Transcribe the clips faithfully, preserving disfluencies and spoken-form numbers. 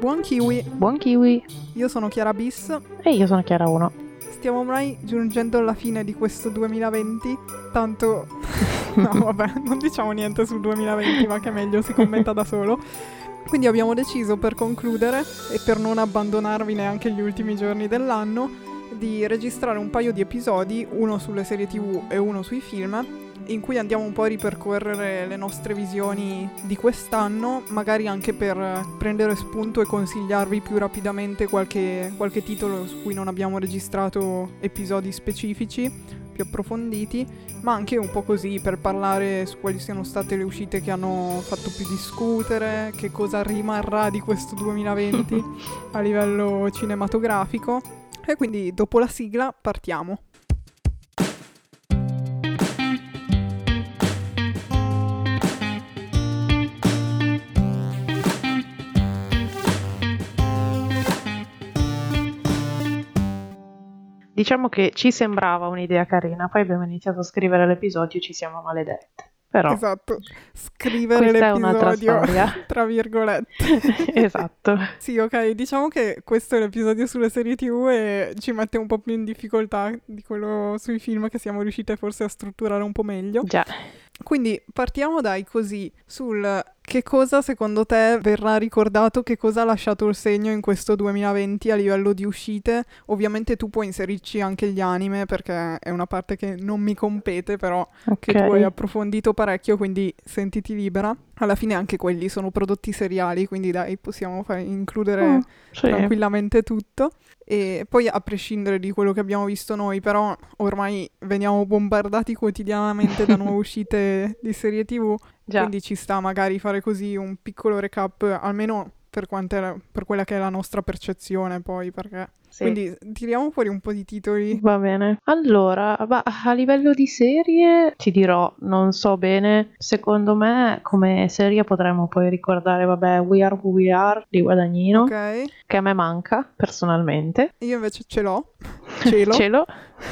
Buon kiwi! Buon kiwi! Io sono Chiara Bis. E io sono Chiara uno. Stiamo ormai giungendo alla fine di questo duemilaventi. Tanto... no, vabbè, non diciamo niente sul duemilaventi, ma che meglio si commenta da solo. Quindi abbiamo deciso, per concludere, e per non abbandonarvi neanche gli ultimi giorni dell'anno, di registrare un paio di episodi, uno sulle serie tv e uno sui film, in cui andiamo un po' a ripercorrere le nostre visioni di quest'anno, magari anche per prendere spunto e consigliarvi più rapidamente qualche, qualche titolo su cui non abbiamo registrato episodi specifici, più approfonditi, ma anche un po' così per parlare su quali siano state le uscite che hanno fatto più discutere, che cosa rimarrà di questo duemilaventi a livello cinematografico. E quindi dopo la sigla partiamo. Diciamo che ci sembrava un'idea carina, poi abbiamo iniziato a scrivere l'episodio e ci siamo maledette. Però esatto, scrivere questa è un'altra l'episodio, storia. tra virgolette. Esatto. Sì, ok, diciamo che questo è l'episodio sulle serie tv e ci mette un po' più in difficoltà di quello sui film, che siamo riuscite forse a strutturare un po' meglio. Già. Quindi partiamo dai così sul che cosa secondo te verrà ricordato, che cosa ha lasciato il segno in questo duemilaventi a livello di uscite. Ovviamente tu puoi inserirci anche gli anime perché è una parte che non mi compete, però Ok. che tu hai approfondito parecchio, quindi sentiti libera. Alla fine anche quelli sono prodotti seriali, quindi dai, possiamo fare, includere Mm, sì. tranquillamente tutto. E poi a prescindere di quello che abbiamo visto noi, però ormai veniamo bombardati quotidianamente da nuove uscite di serie tv, Già. quindi ci sta magari fare così un piccolo recap, almeno per, quante, per quella che è la nostra percezione poi, perché... Sì. Quindi tiriamo fuori un po' di titoli. Va bene. Allora, bah, a livello di serie ti dirò, non so bene, secondo me come serie potremmo poi ricordare, vabbè, We Are Who We Are di Guadagnino, Ok, che a me manca personalmente. io invece ce l'ho, ce l'ho. Ce l'ho.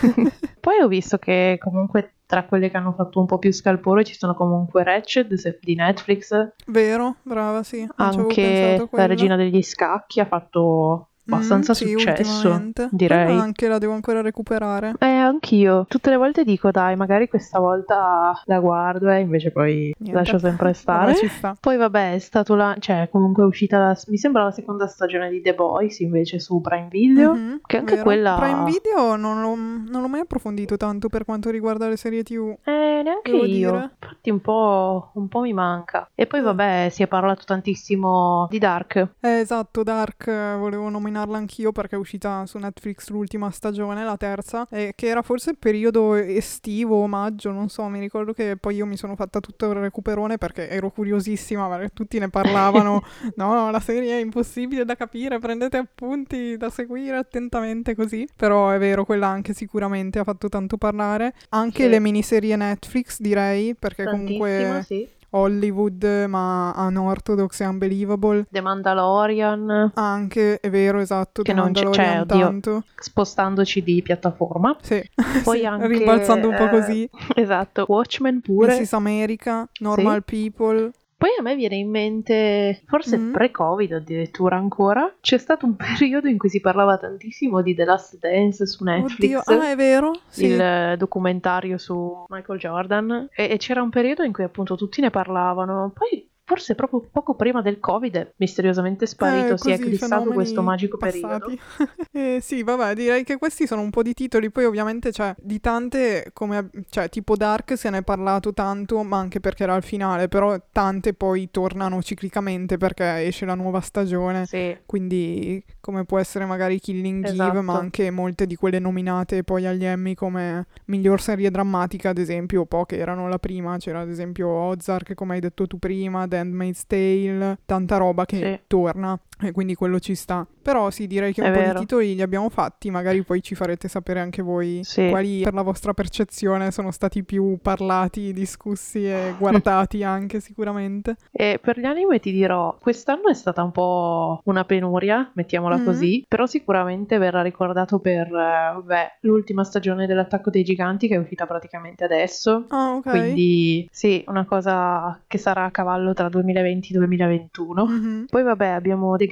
Poi ho visto che comunque tra quelle che hanno fatto un po' più scalpore ci sono comunque Ratched se- di Netflix, Vero, brava, sì, non ci avevo pensato anche a La quella. Regina degli Scacchi ha fatto abbastanza Mm, sì, successo, ultimamente. direi. Quella anche la devo ancora recuperare. Eh, anch'io. Tutte le volte dico, dai, magari questa volta la guardo e invece poi Niente. lascio sempre stare. Vabbè, ci sta. Poi vabbè, è stato la... cioè comunque è uscita, la... mi sembra la seconda stagione di The Boys invece su Prime Video, Mhm, che anche vero. quella... Prime Video non l'ho, non l'ho mai approfondito tanto per quanto riguarda le serie tv. Eh, neanche Devo io. dire. Infatti un po', un po' mi manca. E poi Eh. vabbè, si è parlato tantissimo di Dark. Eh, esatto, Dark, eh, volevo nominarla anch'io perché è uscita su Netflix l'ultima stagione, la terza, e che era forse il periodo estivo, maggio, non so, mi ricordo che poi io mi sono fatta tutto il recuperone perché ero curiosissima, perché tutti ne parlavano, no, la serie è impossibile da capire, prendete appunti da seguire attentamente così, però è vero, quella anche sicuramente ha fatto tanto parlare, anche Sì. le miniserie Netflix direi, perché Tantissimo, comunque... sì. Hollywood, ma Unorthodox e Unbelievable. The Mandalorian, Anche, è vero, esatto, che The non c'è, Mandalorian cioè, oddio, tanto. spostandoci di piattaforma. Sì, Poi sì, anche rimbalzando un po' eh, così. esatto, Watchmen pure. missus America, Normal People. Poi a me viene in mente, forse Mm. pre-Covid addirittura ancora, c'è stato un periodo in cui si parlava tantissimo di The Last Dance su Netflix. Oddio, ah, è vero? Sì. Il eh, documentario su Michael Jordan, e, e c'era un periodo in cui appunto tutti ne parlavano, poi forse proprio poco prima del Covid è misteriosamente sparito, Eh, si è così, eclissato fenomeni questo magico passati. periodo. eh, sì, vabbè, direi che questi sono un po' di titoli, poi ovviamente c'è di tante, come, cioè tipo Dark se ne è parlato tanto, ma anche perché era il finale, però tante poi tornano ciclicamente perché esce la nuova stagione, Sì, quindi come può essere magari Killing Eve, esatto. ma anche molte di quelle nominate poi agli Emmy come miglior serie drammatica, ad esempio, poche erano la prima, c'era ad esempio Ozark, come hai detto tu prima, The Handmaid's Tale, tanta roba che Sì. torna. E quindi quello ci sta. Però sì, direi che È un po' vero. di titoli li abbiamo fatti, magari poi ci farete sapere anche voi Sì. quali per la vostra percezione sono stati più parlati, discussi e guardati anche sicuramente. E per gli anime ti dirò, quest'anno è stata un po' una penuria, mettiamola Mm. così, però sicuramente verrà ricordato per eh, vabbè, l'ultima stagione dell'Attacco dei Giganti che è uscita praticamente adesso. Ah, ok. Quindi sì, una cosa che sarà a cavallo tra duemilaventi e duemilaventuno. Mhm. Poi vabbè, abbiamo The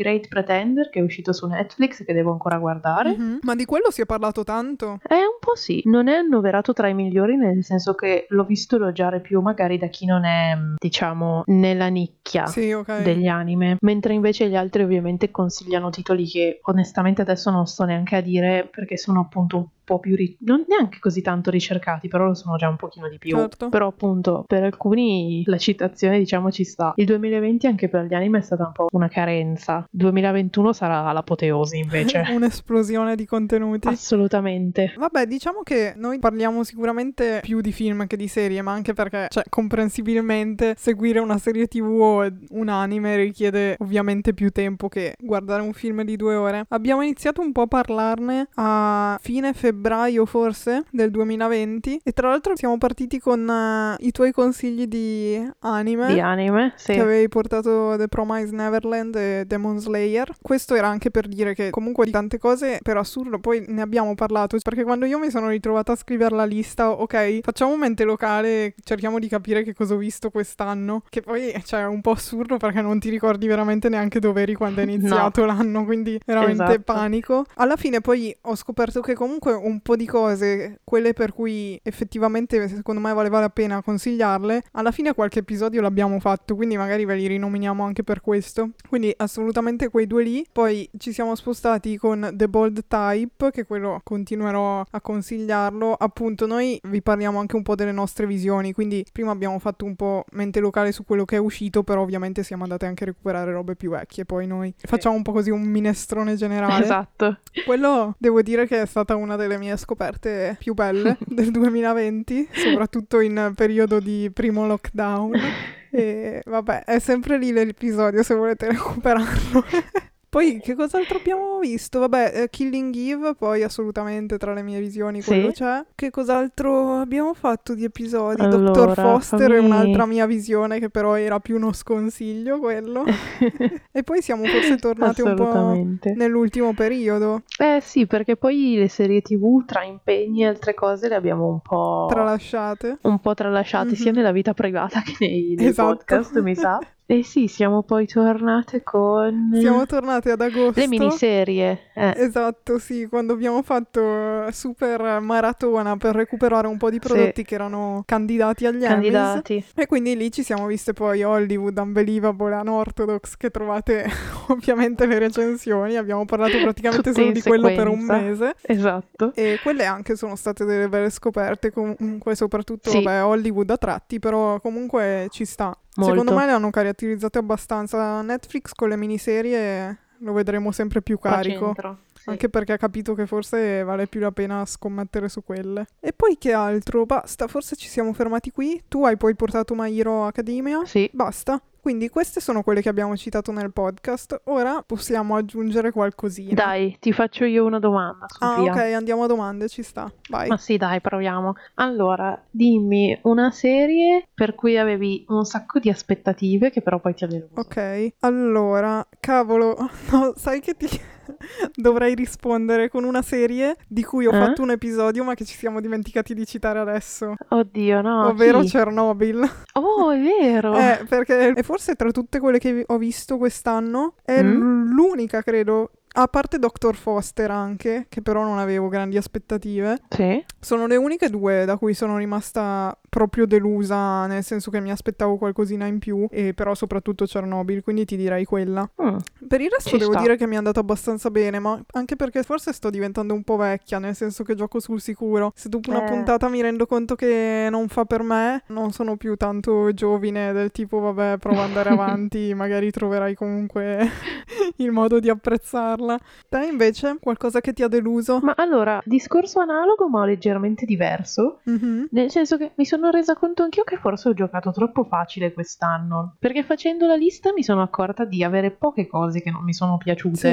Great Pretender che è uscito su Netflix che devo ancora guardare. Mhm. Ma di quello si è parlato tanto? È un po' sì, non è annoverato tra i migliori nel senso che l'ho visto elogiare più magari da chi non è, diciamo, nella nicchia Sì, ok. degli anime, mentre invece gli altri ovviamente consigliano titoli che onestamente adesso non sto neanche a dire perché sono appunto un po' più ri- non neanche così tanto ricercati, però lo sono già un pochino di più. Certo. Però appunto per alcuni la citazione diciamo ci sta. Il duemilaventi anche per gli anime è stata un po' una carenza. duemilaventuno sarà l'apoteosi invece. Un'esplosione di contenuti. Assolutamente. Vabbè, diciamo che noi parliamo sicuramente più di film che di serie, ma anche perché, cioè, comprensibilmente seguire una serie tv o un anime richiede ovviamente più tempo che guardare un film di due ore. Abbiamo iniziato un po' a parlarne a fine febbraio forse del duemilaventi e tra l'altro siamo partiti con uh, i tuoi consigli di anime. Di anime, sì. Che avevi portato The Promised Neverland e Demon Slayer. Questo era anche per dire che comunque di tante cose per assurdo poi ne abbiamo parlato, perché quando io mi sono ritrovata a scrivere la lista, ok, facciamo un mente locale, cerchiamo di capire che cosa ho visto quest'anno, che poi cioè, è un po' assurdo perché non ti ricordi veramente neanche dove eri quando è iniziato No. l'anno, quindi veramente Esatto. panico. Alla fine poi ho scoperto che comunque un po' di cose, quelle per cui effettivamente secondo me valeva la pena consigliarle, alla fine qualche episodio l'abbiamo fatto, quindi magari ve li rinominiamo anche per questo. Quindi assolutamente quei due lì. Poi ci siamo spostati con The Bold Type, che quello continuerò a consigliarlo. Appunto noi vi parliamo anche un po' delle nostre visioni, quindi prima abbiamo fatto un po' mente locale su quello che è uscito, però ovviamente siamo andate anche a recuperare robe più vecchie, poi noi facciamo un po' così un minestrone generale. Esatto. Quello devo dire che è stata una delle mie scoperte più belle del duemilaventi, soprattutto in periodo di primo lockdown. E vabbè, è sempre lì l'episodio se volete recuperarlo. Poi che cos'altro abbiamo visto? Vabbè, eh, Killing Eve, poi assolutamente tra le mie visioni quello Sì. c'è. Che cos'altro abbiamo fatto di episodi? Allora, doctor Foster è fammi- un'altra mia visione che però era più uno sconsiglio quello. E poi siamo forse tornati un po' Assolutamente. nell'ultimo periodo, Eh sì, perché poi le serie tv tra impegni e altre cose le abbiamo un po' tralasciate. un po' tralasciate sia Mhm. nella vita privata che nei, nei Esatto. podcast, mi sa. E sì, siamo poi tornate con Siamo tornate ad agosto. le miniserie. Eh, Esatto, sì, quando abbiamo fatto eh, super maratona per recuperare un po' di prodotti Sì. che erano candidati agli Emmys. candidati. E quindi lì ci siamo viste poi Hollywood, Unbelievable, Unorthodox, che trovate ovviamente le recensioni. Abbiamo parlato praticamente Tutte solo in di quello per un sequenza. mese. Esatto. E quelle anche sono state delle belle scoperte, comunque soprattutto Sì. vabbè, Hollywood a tratti, però comunque ci sta. Molto. Secondo me le hanno caratterizzate abbastanza. Netflix con le miniserie lo vedremo sempre più Qua carico. c'entro. Sì. Anche perché ha capito che forse vale più la pena scommettere su quelle. E poi che altro? Basta, forse ci siamo fermati qui. Tu hai poi portato My Hero Academia. Sì. Basta. Quindi queste sono quelle che abbiamo citato nel podcast. Ora possiamo aggiungere qualcosina. Dai, ti faccio io una domanda, Ah, Sofia. ok, andiamo a domande, ci sta. Vai. Ma sì, dai, proviamo. Allora, dimmi una serie per cui avevi un sacco di aspettative che però poi ti ha deluso. Ok, allora, cavolo, no, sai che ti dovrei rispondere con una serie di cui ho Eh? fatto un episodio ma che ci siamo dimenticati di citare adesso, Oddio, no, ovvero chi? Chernobyl. Oh, è vero! Eh, perché è forse tra tutte quelle che vi- ho visto quest'anno è Mm? l'unica, credo, a parte doctor Foster anche, che però non avevo grandi aspettative. Sì? Sono le uniche due da cui sono rimasta proprio delusa, nel senso che mi aspettavo qualcosina in più, e però soprattutto Chernobyl, quindi ti direi quella. Mm. Per il resto Ci devo sta. dire che mi è andata abbastanza bene, ma anche perché forse sto diventando un po' vecchia, nel senso che gioco sul sicuro. Se dopo una Eh. puntata mi rendo conto che non fa per me, non sono più tanto giovine del tipo vabbè, prova ad andare avanti, magari troverai comunque il modo di apprezzarla. Te invece, qualcosa che ti ha deluso? Ma allora, discorso analogo ma leggermente diverso. Mhm. Nel senso che mi sono resa conto anch'io che forse ho giocato troppo facile quest'anno. Perché facendo la lista mi sono accorta di avere poche cose che non mi sono piacute. Sì.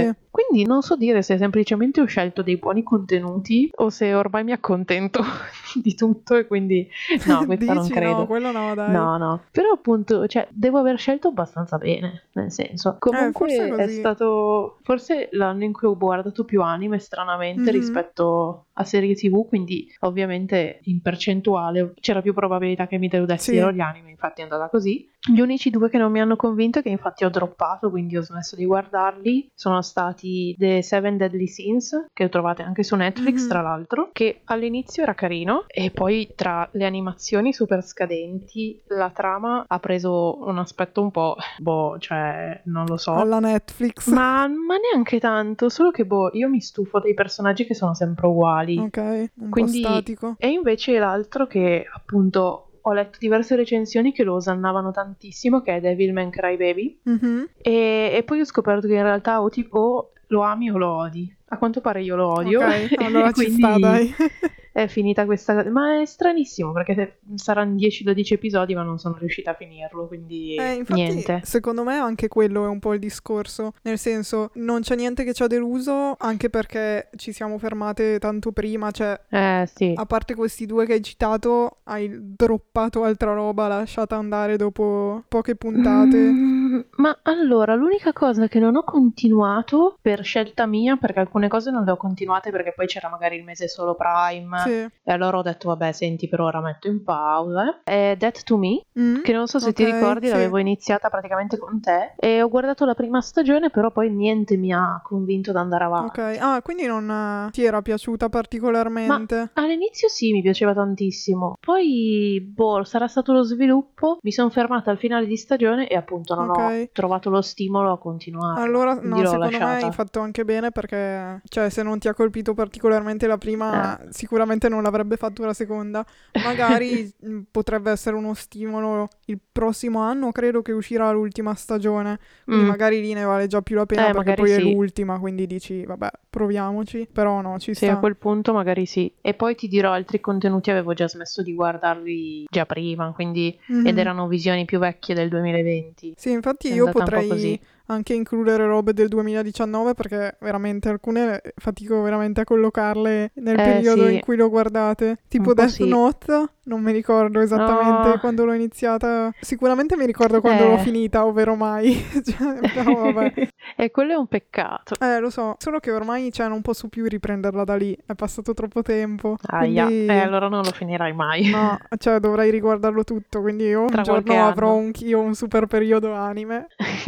quindi non so dire se semplicemente ho scelto dei buoni contenuti o se ormai mi accontento di tutto e quindi no, questa non Dici credo. no, quello no, dai. No, no, però appunto, cioè, devo aver scelto abbastanza bene, nel senso, comunque forse è è così. stato forse l'anno in cui ho guardato più anime stranamente Mhm. rispetto a serie tv, quindi ovviamente in percentuale c'era più probabilità che mi deludessero Sì. gli anime, infatti è andata così. Gli unici due che non mi hanno convinto e che infatti ho droppato, quindi ho smesso di guardarli, sono stati The Seven Deadly Sins, che trovate anche su Netflix Mhm. tra l'altro, che all'inizio era carino e poi tra le animazioni super scadenti la trama ha preso un aspetto un po', boh, cioè non lo so, Alla Netflix. ma, ma neanche tanto, solo che boh, io mi stufo dei personaggi che sono sempre uguali. Ok, un Quindi, po' statico. e invece l'altro che appunto ho letto diverse recensioni che lo osannavano tantissimo, che è Devilman Crybaby, Mhm. e, e poi ho scoperto che in realtà o, tipo, o lo ami o lo odi. A quanto pare io lo odio, Ok, allora e ci sta, quindi dai. è finita questa cosa. Ma è stranissimo perché se- saranno dieci dodici episodi ma non sono riuscita a finirlo, quindi Eh, infatti, niente. secondo me anche quello è un po' il discorso. Nel senso, non c'è niente che ci ha deluso, anche perché ci siamo fermate tanto prima. Cioè, Eh sì. a parte questi due che hai citato, hai droppato altra roba, lasciata andare dopo poche puntate. Mm, ma allora, l'unica cosa che non ho continuato per scelta mia, perché alcune cose non le ho continuate perché poi c'era magari il mese solo Prime, Sì. e allora ho detto vabbè, senti, per ora metto in pausa, è Death to Me, Mm? che non so se ti Ok, ricordi, sì. l'avevo iniziata praticamente con te e ho guardato la prima stagione, però poi niente mi ha convinto ad andare avanti. Ok, ah, quindi non eh, ti era piaciuta Ma particolarmente? all'inizio sì, mi piaceva tantissimo. Poi, boh, sarà stato lo sviluppo. Mi sono fermata al finale di stagione e appunto non ho Ok. trovato lo stimolo a continuarla. Allora, Quindi no, l'ho secondo me hai lasciata. fatto anche bene perché, cioè, se non ti ha colpito particolarmente la prima, Eh. sicuramente non l'avrebbe fatto la seconda. Magari mh, potrebbe essere uno stimolo il prossimo anno, credo che uscirà l'ultima stagione. Quindi Mm. magari lì ne vale già più la pena Eh, perché magari poi è sì. l'ultima, quindi dici, vabbè, proviamoci. Però no, ci Sì, a sta. quel punto magari sì. E poi ti dirò, altri contenuti avevo già smesso di guardarli già prima, quindi ed Mhm. erano visioni più vecchie del duemilaventi. Sì, infatti È io andata un po' potrei così. anche includere robe del duemiladiciannove perché veramente alcune fatico veramente a collocarle nel Eh periodo in sì, cui lo guardate. Tipo un po' Death sì. Note, non mi ricordo esattamente Oh, quando l'ho iniziata. Sicuramente mi ricordo quando l'ho eh. finita, ovvero mai. Cioè, però vabbè. E quello è un peccato. Eh, lo so, solo che ormai cioè, non posso più riprenderla da lì, è passato troppo tempo. Aia, eh, Quindi allora non lo finirai mai. no, cioè dovrei riguardarlo tutto, quindi io un Tra qualche giorno avrò anno. anch'io un super periodo anime.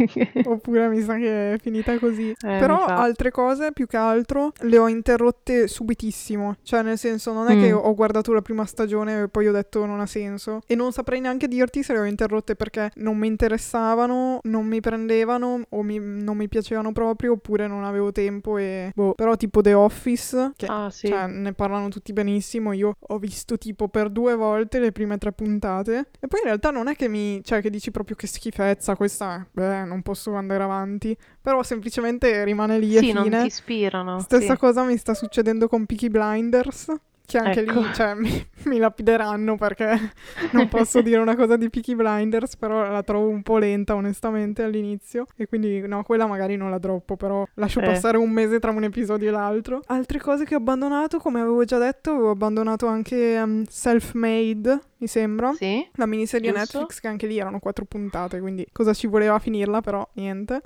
Oppure mi sa che è finita così. Eh, mi Però sa. altre cose, più che altro, le ho interrotte subitissimo. Cioè, nel senso, non è che Mm. ho guardato la prima stagione e poi ho detto non ha senso. E non saprei neanche dirti se le ho interrotte perché non mi interessavano, non mi prendevano o mi- non mi piacevano proprio oppure non avevo tempo e... Boh. Però tipo The Office, che Ah, sì. cioè, ne parlano tutti benissimo. Io ho visto tipo per due volte le prime tre puntate. E poi in realtà non è che mi... cioè, che dici proprio che schifezza questa... Beh, non posso andare avanti. Però semplicemente rimane lì e Sì, non ti fine. ispirano. Stessa Sì. cosa mi sta succedendo con Peaky Blinders. Che anche Ecco. lì, cioè, mi, mi lapideranno perché non posso dire una cosa di Peaky Blinders, però la trovo un po' lenta onestamente all'inizio. E quindi no, quella magari non la droppo, però lascio Eh. passare un mese tra un episodio e l'altro. Altre cose che ho abbandonato, come avevo già detto, avevo abbandonato anche um, Self-Made, mi sembra. Sì. La miniserie Giusto. Netflix che anche lì erano quattro puntate, quindi cosa ci voleva finirla, però niente.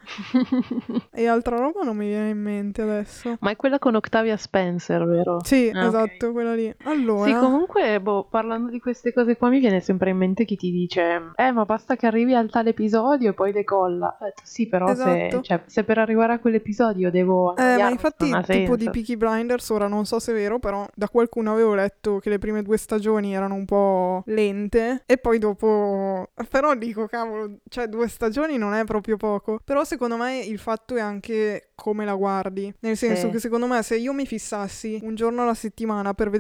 E altra roba non mi viene in mente adesso. Ma è quella con Octavia Spencer, vero? Sì, Ah, ok. esatto, quella lì. Allora, Sì, comunque, boh, parlando di queste cose qua mi viene sempre in mente chi ti dice eh, ma basta che arrivi al tale episodio e poi decolla. Ho detto, sì, però se, esatto. cioè, se per arrivare a quell'episodio devo Eh, ma annoiarmi, infatti, non ha tipo di senso. Peaky Blinders, ora non so se è vero, però da qualcuno avevo letto che le prime due stagioni erano un po' lente e poi dopo... Però dico, cavolo, cioè due stagioni non è proprio poco. Però secondo me il fatto è anche come la guardi. Nel senso Sì. che secondo me se io mi fissassi un giorno alla settimana per vedere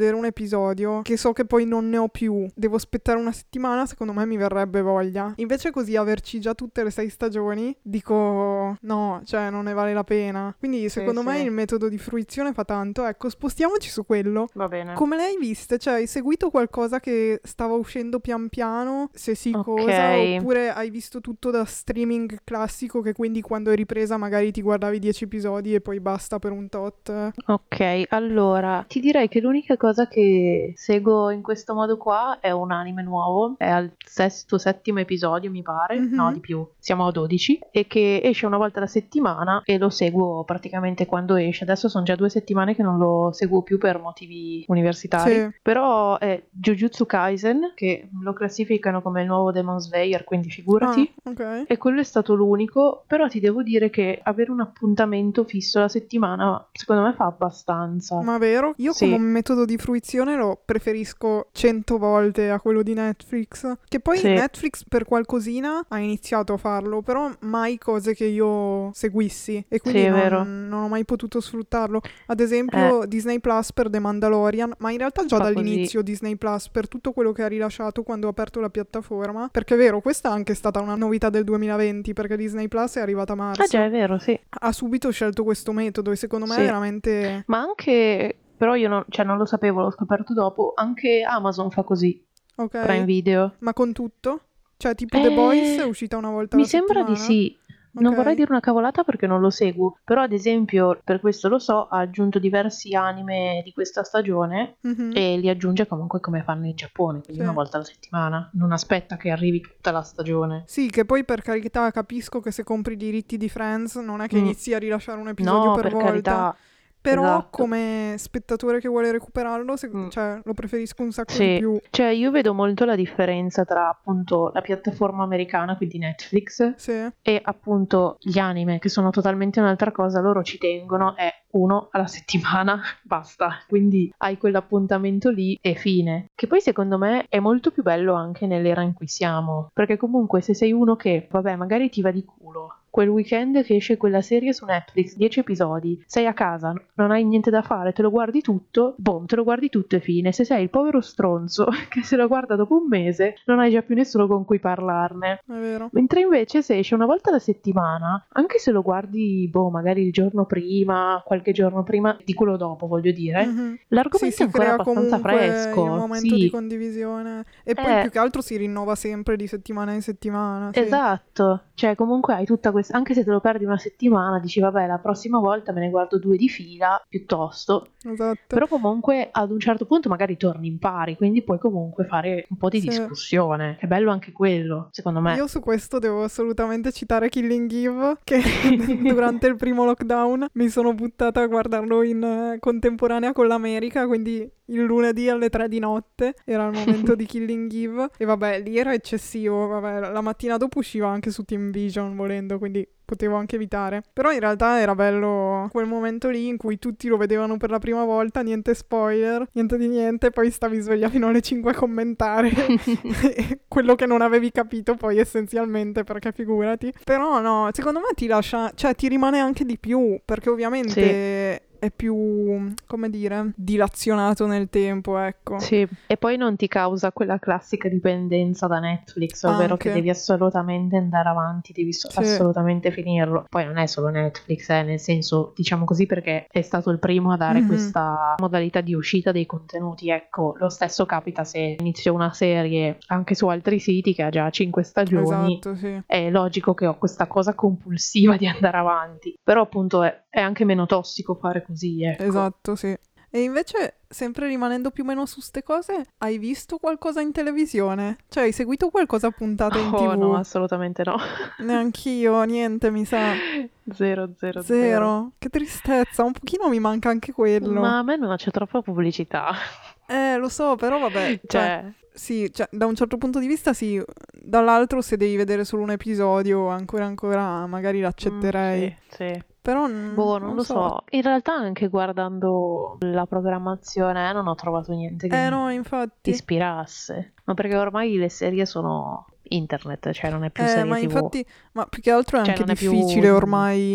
vedere un episodio che so che poi non ne ho più, devo aspettare una settimana, secondo me mi verrebbe voglia. Invece così averci già tutte le sei stagioni, dico no, cioè non ne vale la pena. Quindi secondo sì, me sì. il metodo di fruizione fa tanto. Ecco, spostiamoci su quello. Va bene. Come le hai viste? Cioè, hai seguito qualcosa che stava uscendo pian piano? Se sì, Ok. cosa? Oppure hai visto tutto da streaming classico che quindi quando è ripresa magari ti guardavi dieci episodi e poi basta per un tot? Ok, allora ti direi che l'unica cosa che seguo in questo modo qua è un anime nuovo, è al sesto, settimo episodio mi pare, Mhm. no di più, siamo a dodici, e che esce una volta alla settimana e lo seguo praticamente quando esce. Adesso sono già due settimane che non lo seguo più per motivi universitari, Sì. però è Jujutsu Kaisen, che lo classificano come il nuovo Demon Slayer, quindi figurati. Ah, ok. E quello è stato l'unico, però ti devo dire che avere un appuntamento fisso la settimana secondo me fa abbastanza. Ma vero? Io Sì. come metodo di fruizione lo preferisco cento volte a quello di Netflix. Che poi Sì. Netflix per qualcosina ha iniziato a farlo, però mai cose che io seguissi. E quindi Sì, è non, vero. non ho mai potuto sfruttarlo. Ad esempio Disney Plus per The Mandalorian, ma in realtà già Fa dall'inizio Disney Plus per tutto quello che ha rilasciato quando ha aperto la piattaforma. Perché è vero, questa è anche stata una novità del duemilaventi, perché Disney Plus è arrivata a marzo. Ah già, è vero, sì. Ha subito scelto questo metodo e secondo me Sì. è veramente... Ma anche, però io non, cioè non lo sapevo, l'ho scoperto dopo, anche Amazon fa così, Ok. Prime Video. Ma con tutto? Cioè, tipo The Boys è Eh, uscita una volta mi alla sembra di settimana? sì. Non Ok. vorrei dire una cavolata perché non lo seguo, però ad esempio, per questo lo so, ha aggiunto diversi anime di questa stagione Mhm. e li aggiunge comunque come fanno in Giappone, quindi Sì. una volta alla settimana. Non aspetta che arrivi tutta la stagione. Sì, che poi per carità capisco che se compri i diritti di Friends non è che Mm. inizi a rilasciare un episodio No, per, per volta. carità. Però Esatto. come spettatore che vuole recuperarlo, se- Mm. cioè, lo preferisco un sacco di Sì, più. cioè io vedo molto la differenza tra appunto la piattaforma americana, quindi Netflix, Sì. e appunto gli anime, che sono totalmente un'altra cosa. Loro ci tengono, è uno alla settimana, basta. Quindi hai quell'appuntamento lì e fine. Che poi secondo me è molto più bello anche nell'era in cui siamo, perché comunque se sei uno che, vabbè, magari ti va di culo, quel weekend che esce quella serie su Netflix, dieci episodi, sei a casa, non hai niente da fare, te lo guardi tutto, boom, te lo guardi tutto e fine. Se sei il povero stronzo che se lo guarda dopo un mese, non hai già più nessuno con cui parlarne. È vero. Mentre invece se esce una volta alla settimana, anche se lo guardi, boh, magari il giorno prima, qualche giorno prima di quello dopo, voglio dire, Mhm. l'argomento Sì, è si ancora crea abbastanza comunque il fresco. momento di Sì, condivisione. E poi eh, più che altro si rinnova sempre di settimana in settimana. Sì. esatto, cioè comunque hai tutta questa, anche se te lo perdi una settimana, dici vabbè la prossima volta me ne guardo due di fila piuttosto, Esatto. però comunque ad un certo punto magari torni in pari, quindi puoi comunque fare un po' di Sì. discussione, è bello anche quello, secondo me. Io su questo devo assolutamente citare Killing Eve, che durante il primo lockdown mi sono buttata a guardarlo in eh, contemporanea con l'America, quindi il lunedì alle tre di notte era il momento di Killing Eve. E vabbè, lì era eccessivo, vabbè, la mattina dopo usciva anche su Team Vision volendo, quindi potevo anche evitare. Però in realtà era bello quel momento lì in cui tutti lo vedevano per la prima volta, niente spoiler, niente di niente, poi stavi sveglia fino alle cinque a commentare quello che non avevi capito poi essenzialmente, perché figurati. Però no, secondo me ti lascia, cioè ti rimane anche di più, perché ovviamente... Sì. è più, come dire, dilazionato nel tempo, ecco. Sì, e poi non ti causa quella classica dipendenza da Netflix, ovvero Anche. che devi assolutamente andare avanti, devi so- Sì. assolutamente finirlo. Poi non è solo Netflix, eh, nel senso, diciamo così, perché è stato il primo a dare Mhm. questa modalità di uscita dei contenuti. Ecco, lo stesso capita se inizio una serie anche su altri siti che ha già cinque stagioni. Esatto, sì. È logico che ho questa cosa compulsiva di andare avanti, però appunto è, è anche meno tossico fare così, ecco. Esatto, sì. E invece, sempre rimanendo più o meno su ste cose, hai visto qualcosa in televisione? Cioè, hai seguito qualcosa puntata in Oh tivù? no, assolutamente no. Neanch'io, niente, mi sa. Zero, zero, zero. Zero. Che tristezza, un pochino mi manca anche quello. Ma a me non c'è troppa pubblicità. Eh, lo so, però vabbè, cioè, Cioè, sì, cioè, da un certo punto di vista sì, dall'altro se devi vedere solo un episodio, ancora ancora magari l'accetterei. mm, sì, sì. Però mm, Boh, non non lo so. so. In realtà anche guardando la programmazione eh, non ho trovato niente che Eh mi no, infatti. ispirasse. Ma perché ormai le serie sono internet, cioè non è più Eh, serie ma tivù. infatti, ma più che altro è Cioè anche non è più... difficile ormai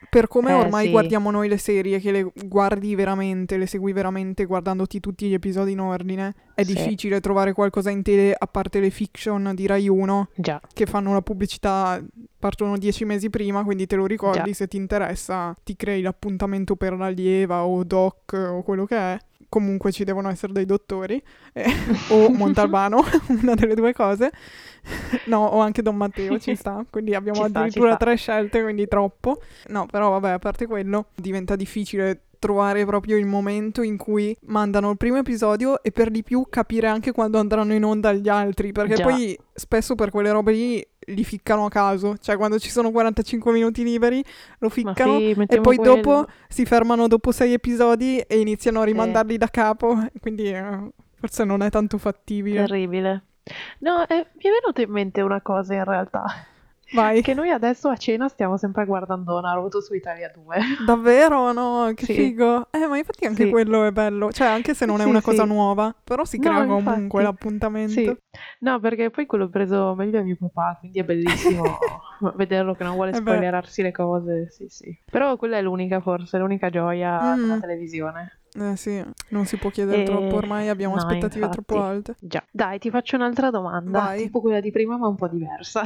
per come Eh, ormai sì. guardiamo noi le serie, che le guardi veramente, le segui veramente guardandoti tutti gli episodi in ordine, è Sì. difficile trovare qualcosa in tele a parte le fiction di Rai uno Già. che fanno la pubblicità, partono dieci mesi prima, quindi te lo ricordi, Già. se ti interessa ti crei l'appuntamento per l'allieva o doc o quello che è. Comunque ci devono essere dei dottori eh, o Montalbano, una delle due cose. No, o anche Don Matteo ci sta, quindi abbiamo Ci sta, ci addirittura sta. tre scelte, quindi troppo. No, però vabbè, a parte quello, diventa difficile trovare proprio il momento in cui mandano il primo episodio e per di più capire anche quando andranno in onda gli altri, perché Già. poi spesso per quelle robe lì li ficcano a caso, cioè quando ci sono quarantacinque minuti liberi lo Ma ficcano sì, e mettiamo poi quello. dopo si fermano dopo sei episodi e iniziano a Sì. rimandarli da capo, quindi eh, forse non è tanto fattibile. Terribile. No, eh, mi è venuta in mente una cosa in realtà. Vai. Che noi adesso a cena stiamo sempre guardando Naruto su Italia due. Davvero? No, che Sì. figo. Eh, ma infatti anche Sì. quello è bello. Cioè, anche se non è Sì, una cosa sì. nuova, però si No, crea comunque infatti. l'appuntamento. Sì. No, perché poi quello preso meglio a mio papà, quindi è bellissimo vederlo che non vuole Eh beh. spoilerarsi le cose. Sì, sì. Però quella è l'unica, forse, l'unica gioia Mm. della televisione. Eh sì, non si può chiedere E- troppo, ormai abbiamo no, aspettative infatti. troppo alte. Già. Dai, ti faccio un'altra domanda, Vai. tipo quella di prima, ma un po' diversa.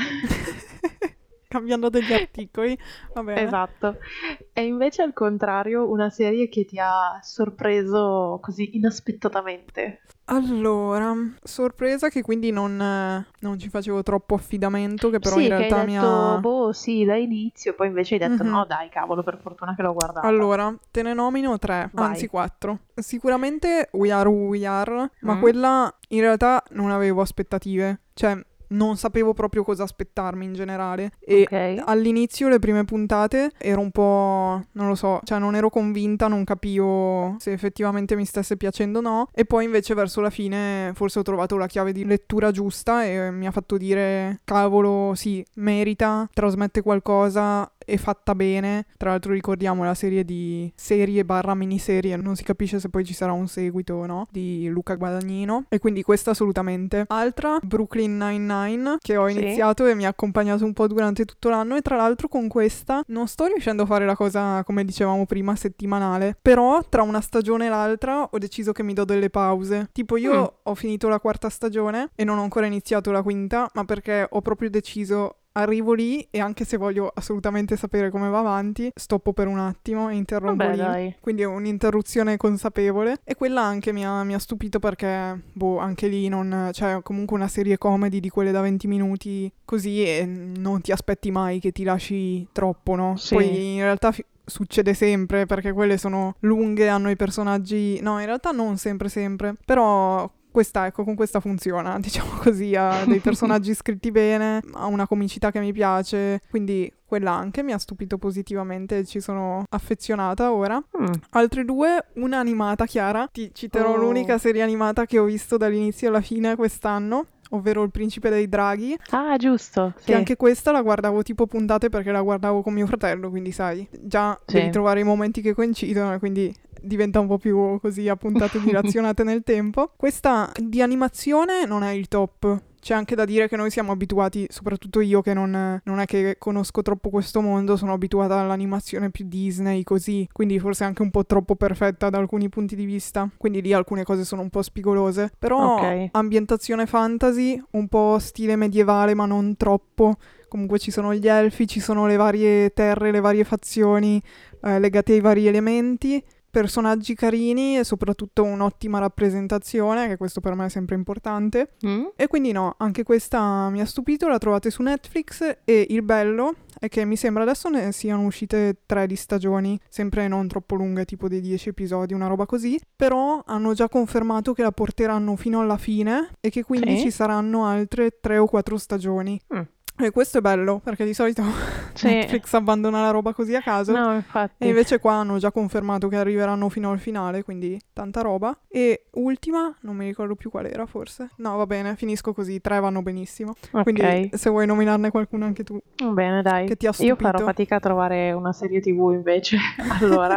Cambiando degli articoli, va bene. Esatto. E invece al contrario, una serie che ti ha sorpreso così inaspettatamente. Allora, sorpresa che quindi non, eh, non ci facevo troppo affidamento, che però Sì, in che hai realtà mi detto, ha... boh, sì, da inizio, poi invece hai detto, Mhm. no, dai, cavolo, per fortuna che l'ho guardata. Allora, te ne nomino tre, Vai. anzi quattro. Sicuramente We Are Who We Are, ma Mm. quella in realtà non avevo aspettative. Cioè, non sapevo proprio cosa aspettarmi in generale. E Ok. all'inizio, le prime puntate, ero un po'... non lo so, cioè non ero convinta, non capivo se effettivamente mi stesse piacendo o no. E poi invece verso la fine forse ho trovato la chiave di lettura giusta e mi ha fatto dire, cavolo, sì, merita, trasmette qualcosa, è fatta bene. Tra l'altro ricordiamo la serie di serie barra miniserie, non si capisce se poi ci sarà un seguito o no, di Luca Guadagnino, e quindi questa assolutamente. Altra, Brooklyn Nine-Nine, che ho Sì. iniziato e mi ha accompagnato un po' durante tutto l'anno, e tra l'altro con questa non sto riuscendo a fare la cosa, come dicevamo prima, settimanale, però tra una stagione e l'altra ho deciso che mi do delle pause. Tipo io Mm. ho finito la quarta stagione e non ho ancora iniziato la quinta, ma perché ho proprio deciso, arrivo lì e anche se voglio assolutamente sapere come va avanti, stoppo per un attimo e interrompo Vabbè, lì. dai. Quindi è un'interruzione consapevole. E quella anche mi ha, mi ha stupito perché, boh, anche lì non... cioè, comunque una serie comedy di quelle da venti minuti così e non ti aspetti mai che ti lasci troppo, no? Sì. Poi in realtà... fi- succede sempre perché quelle sono lunghe, hanno i personaggi... No, in realtà non sempre sempre, però... Questa, ecco, con questa funziona, diciamo così, ha dei personaggi scritti bene, ha una comicità che mi piace, quindi quella anche mi ha stupito positivamente, ci sono affezionata ora. Mm. Altre due, una animata, Chiara, ti citerò Oh. l'unica serie animata che ho visto dall'inizio alla fine quest'anno, ovvero Il Principe dei Draghi, Ah, giusto. Sì. che anche questa la guardavo tipo puntate perché la guardavo con mio fratello, quindi sai, già Sì. devi trovare i momenti che coincidono, quindi diventa un po' più così a puntate dilazionate nel tempo. Questa di animazione non è il top. C'è anche da dire che noi siamo abituati, soprattutto io che non, non è che conosco troppo questo mondo, sono abituata all'animazione più Disney, così, quindi forse anche un po' troppo perfetta da alcuni punti di vista, quindi lì alcune cose sono un po' spigolose, però Ok. ambientazione fantasy, un po' stile medievale ma non troppo, comunque ci sono gli elfi, ci sono le varie terre, le varie fazioni eh, legate ai vari elementi, personaggi carini e soprattutto un'ottima rappresentazione, che questo per me è sempre importante. Mm? E quindi no, anche questa mi ha stupito, la trovate su Netflix e il bello è che mi sembra adesso ne siano uscite tre di stagioni, sempre non troppo lunghe, tipo dei dieci episodi, una roba così, però hanno già confermato che la porteranno fino alla fine e che quindi Sì. ci saranno altre tre o quattro stagioni. Mm. E questo è bello, perché di solito Sì. Netflix abbandona la roba così a caso. No, infatti. E invece qua hanno già confermato che arriveranno fino al finale, quindi tanta roba. E ultima, non mi ricordo più qual era forse. No, va bene, finisco così, tre vanno benissimo. Ok. Quindi se vuoi nominarne qualcuno anche tu. Va bene, dai. Che ti ha Io farò stupito. fatica a trovare una serie tivù invece. Allora.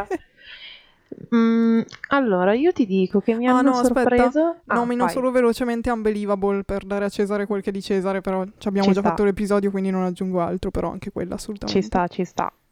Mm, allora, io ti dico che mi Ah hanno no, aspetta, sorpreso. Ah, nomino vai. solo velocemente Unbelievable per dare a Cesare quel che è di Cesare, però ci abbiamo Ci già sta. fatto l'episodio, quindi non aggiungo altro, però anche quella Ci assolutamente. sta, ci sta.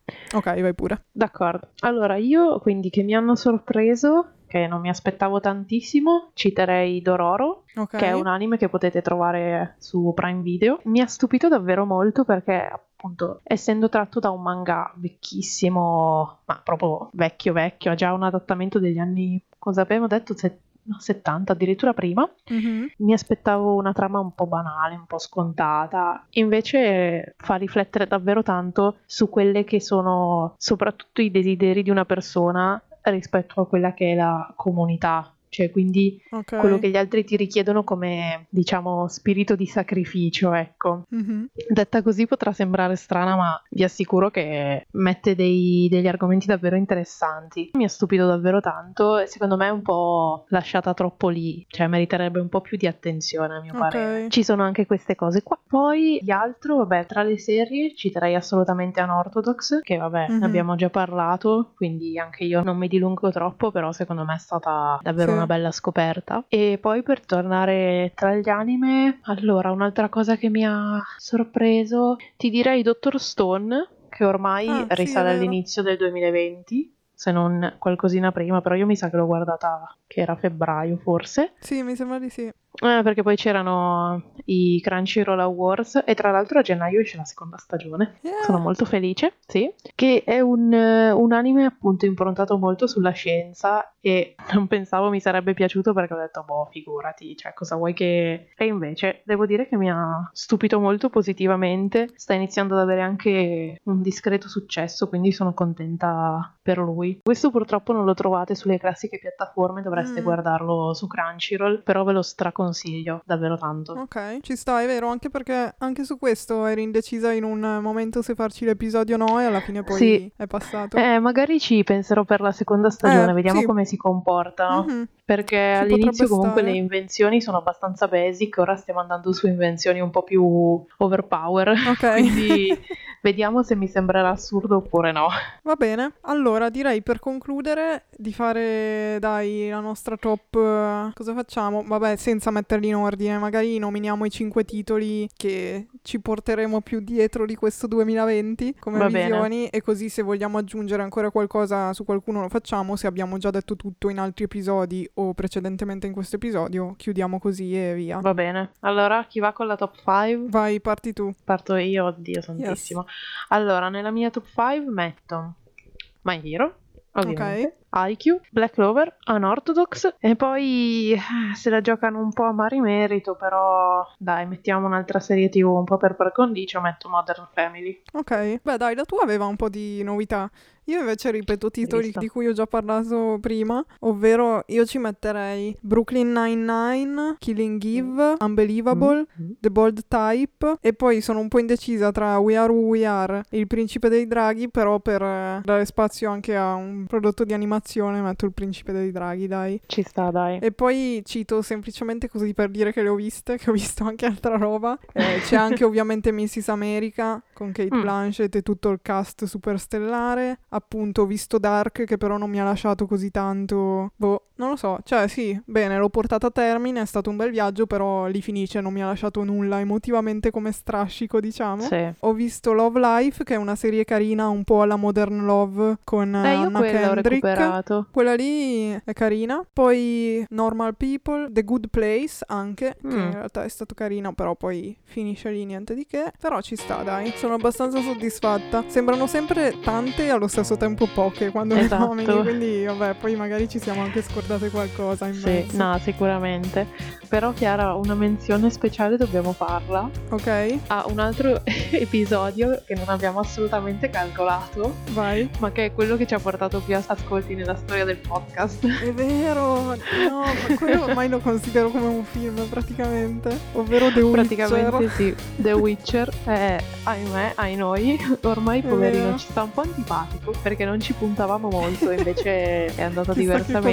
Ok, vai pure. D'accordo. Allora, io quindi che mi hanno sorpreso, che non mi aspettavo tantissimo, citerei Dororo, Ok. che è un anime che potete trovare su Prime Video. Mi ha stupito davvero molto perché, appunto, essendo tratto da un manga vecchissimo, ma proprio vecchio vecchio, ha già un adattamento degli anni, cosa abbiamo detto, Se- no, settanta, addirittura prima. Mhm. Mi aspettavo una trama un po' banale, un po' scontata, invece fa riflettere davvero tanto su quelle che sono soprattutto i desideri di una persona rispetto a quella che è la comunità, cioè quindi Ok. quello che gli altri ti richiedono come, diciamo, spirito di sacrificio, ecco. Mhm. Detta così potrà sembrare strana, ma vi assicuro che mette dei- degli argomenti davvero interessanti. Mi ha stupito davvero tanto e secondo me è un po' lasciata troppo lì, cioè meriterebbe un po' più di attenzione a mio Ok. parere. Ci sono anche queste cose qua. Poi di altro, vabbè, tra le serie citerei assolutamente Unorthodox, che vabbè, Mhm. ne abbiamo già parlato, quindi anche io non mi dilungo troppo, però secondo me è stata davvero Sì. una bella scoperta. E poi per tornare tra gli anime, allora un'altra cosa che mi ha sorpreso, ti direi Doctor Stone, che ormai Ah, sì, è risale vero. all'inizio del duemilaventi, se non qualcosina prima, però io mi sa che l'ho guardata che era febbraio forse. Sì, mi sembra di sì. Eh, perché poi c'erano i Crunchyroll Awards e tra l'altro a gennaio esce la seconda stagione. Yeah. Sono molto felice, sì. Che è un, eh, un anime appunto improntato molto sulla scienza e non pensavo mi sarebbe piaciuto perché ho detto, boh, figurati, cioè cosa vuoi che... E invece devo dire che mi ha stupito molto positivamente. Sta iniziando ad avere anche un discreto successo, quindi sono contenta per lui. Questo purtroppo non lo trovate sulle classiche piattaforme, dovreste Mm. guardarlo su Crunchyroll, però ve lo straconsiglio davvero tanto. Ok, ci sta, è vero, anche perché anche su questo eri indecisa in un momento se farci l'episodio o no e alla fine poi Sì. è passato. Eh, magari ci penserò per la seconda stagione, Eh, vediamo sì. come si comportano. Mhm. Perché Ci all'inizio potrebbe comunque le stare. invenzioni sono abbastanza basic, ora stiamo andando su invenzioni un po' più overpower, Ok. quindi vediamo se mi sembrerà assurdo oppure no. Va bene, allora direi per concludere di fare, dai, la nostra top. eh, Cosa facciamo? Vabbè, senza metterli in ordine, magari nominiamo i cinque titoli che ci porteremo più dietro di questo duemilaventi come Va bene. visioni e così se vogliamo aggiungere ancora qualcosa su qualcuno lo facciamo, se abbiamo già detto tutto in altri episodi o precedentemente in questo episodio, chiudiamo così e via. Va bene. Allora, chi va con la top cinque? Vai, parti tu. Parto io, oddio santissimo. Allora, nella mia top cinque metto My Hero, ovviamente, I Q, Black Clover, Unorthodox e poi eh, se la giocano un po' a mari merito, però dai, mettiamo un'altra serie tivù un po' per par condicio, metto Modern Family. Ok, beh dai, la tua aveva un po' di novità. Io invece ripeto titoli visto? di cui ho già parlato prima, ovvero io ci metterei Brooklyn Nine-Nine, Killing Eve, Unbelievable, Mm. The Bold Type e poi sono un po' indecisa tra We Are Who We Are e Il Principe dei Draghi, però per eh, dare spazio anche a un prodotto di animazione metto Il Principe dei Draghi, dai. Ci sta, dai. E poi cito semplicemente così per dire che le ho viste, che ho visto anche altra roba. Eh, c'è anche ovviamente missus America con Kate Mm. Blanchett e tutto il cast superstellare. Appunto ho visto Dark che però non mi ha lasciato così tanto. Boh, non lo so. Cioè sì, bene, l'ho portata a termine, è stato un bel viaggio, però lì finisce, non mi ha lasciato nulla emotivamente come strascico, diciamo. Sì. Ho visto Love Life, che è una serie carina un po' alla Modern Love con eh, Eh, io Anna quello ho Kendrick. recuperato. Quella lì è carina. Poi Normal People, The Good Place anche, che Mm. in realtà è stato carino, però poi finisce lì niente di che. Però ci sta, dai. Sono abbastanza soddisfatta. Sembrano sempre tante e allo stesso tempo poche quando Esatto. le nomini, quindi vabbè, poi magari ci siamo anche scordate qualcosa in Sì, mezzo. no, sicuramente. Però Chiara, una menzione speciale dobbiamo farla Ok, a un altro episodio che non abbiamo assolutamente calcolato, vai. ma che è quello che ci ha portato più ascolti nella storia del podcast. È vero, no, ma quello ormai lo considero come un film praticamente, ovvero The Witcher. Praticamente sì, The Witcher è, ahimè, ai noi, ormai È poverino vero. ci sta un po' antipatico perché non ci puntavamo molto, invece è andata Chissà che diversamente. cos'è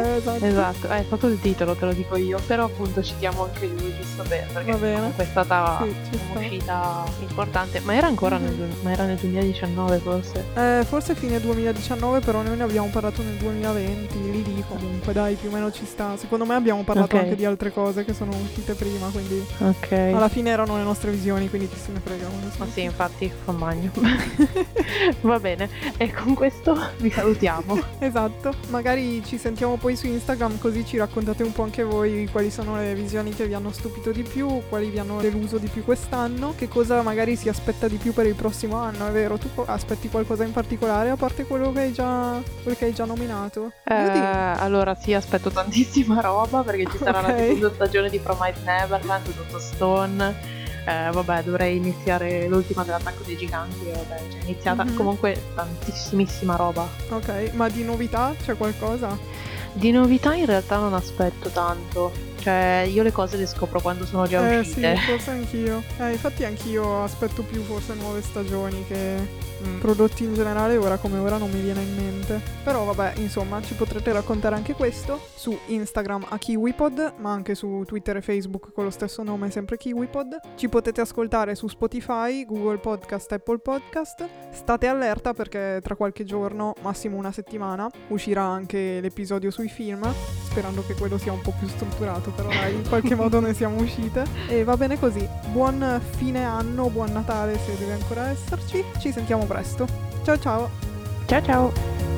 eh, esatto. Esatto, è stato il titolo, te lo dico io, però appunto citiamo anche lui, giusto per, perché Va bene. comunque è stata Sì, ci sta. un'uscita importante, ma era ancora Mhm. nel, du- ma era nel duemiladiciannove forse. Eh, forse fine duemiladiciannove, però noi ne abbiamo parlato nel duemilaventi, lì lì comunque, dai, più o meno ci sta. Secondo me abbiamo parlato Ok. anche di altre cose che sono uscite prima, quindi Ok. alla fine erano le nostre visioni, quindi chi se ne frega. Ma sì, infatti fa bagno. Va bene, e con questo vi salutiamo. Esatto, magari ci sentiamo poi su Instagram, così ci raccontate un po' anche voi quali sono le visioni che vi hanno stupito di più, quali vi hanno deluso di più quest'anno, che cosa magari si aspetta di più per il prossimo anno, è vero? Tu co- aspetti qualcosa in particolare a parte quello che hai già, quello che hai già nominato? Eh, Io dico- allora sì, aspetto tantissima roba perché ci sarà Ok. la seconda stagione di Promised Neverland, Doctor Stone. Eh, vabbè, dovrei iniziare l'ultima dell'Attacco dei Giganti, e vabbè, è già iniziata. Mhm. Comunque tantissimissima roba. Ok, ma di novità c'è qualcosa? Di novità in realtà non aspetto tanto. Cioè, io le cose le scopro quando sono già Eh uscite. sì, forse anch'io. Eh, infatti anch'io aspetto più forse nuove stagioni che Mm. prodotti in generale, ora come ora non mi viene in mente. Però vabbè, insomma, ci potrete raccontare anche questo su Instagram a KiwiPod, ma anche su Twitter e Facebook con lo stesso nome, sempre KiwiPod. Ci potete ascoltare su Spotify, Google Podcast, Apple Podcast. State allerta perché tra qualche giorno, massimo una settimana, uscirà anche l'episodio sui film, sperando che quello sia un po' più strutturato, però dai, in qualche modo ne siamo uscite. E va bene così. Buon fine anno, buon Natale se deve ancora esserci. Ci sentiamo presto. Ciao ciao! Ciao ciao!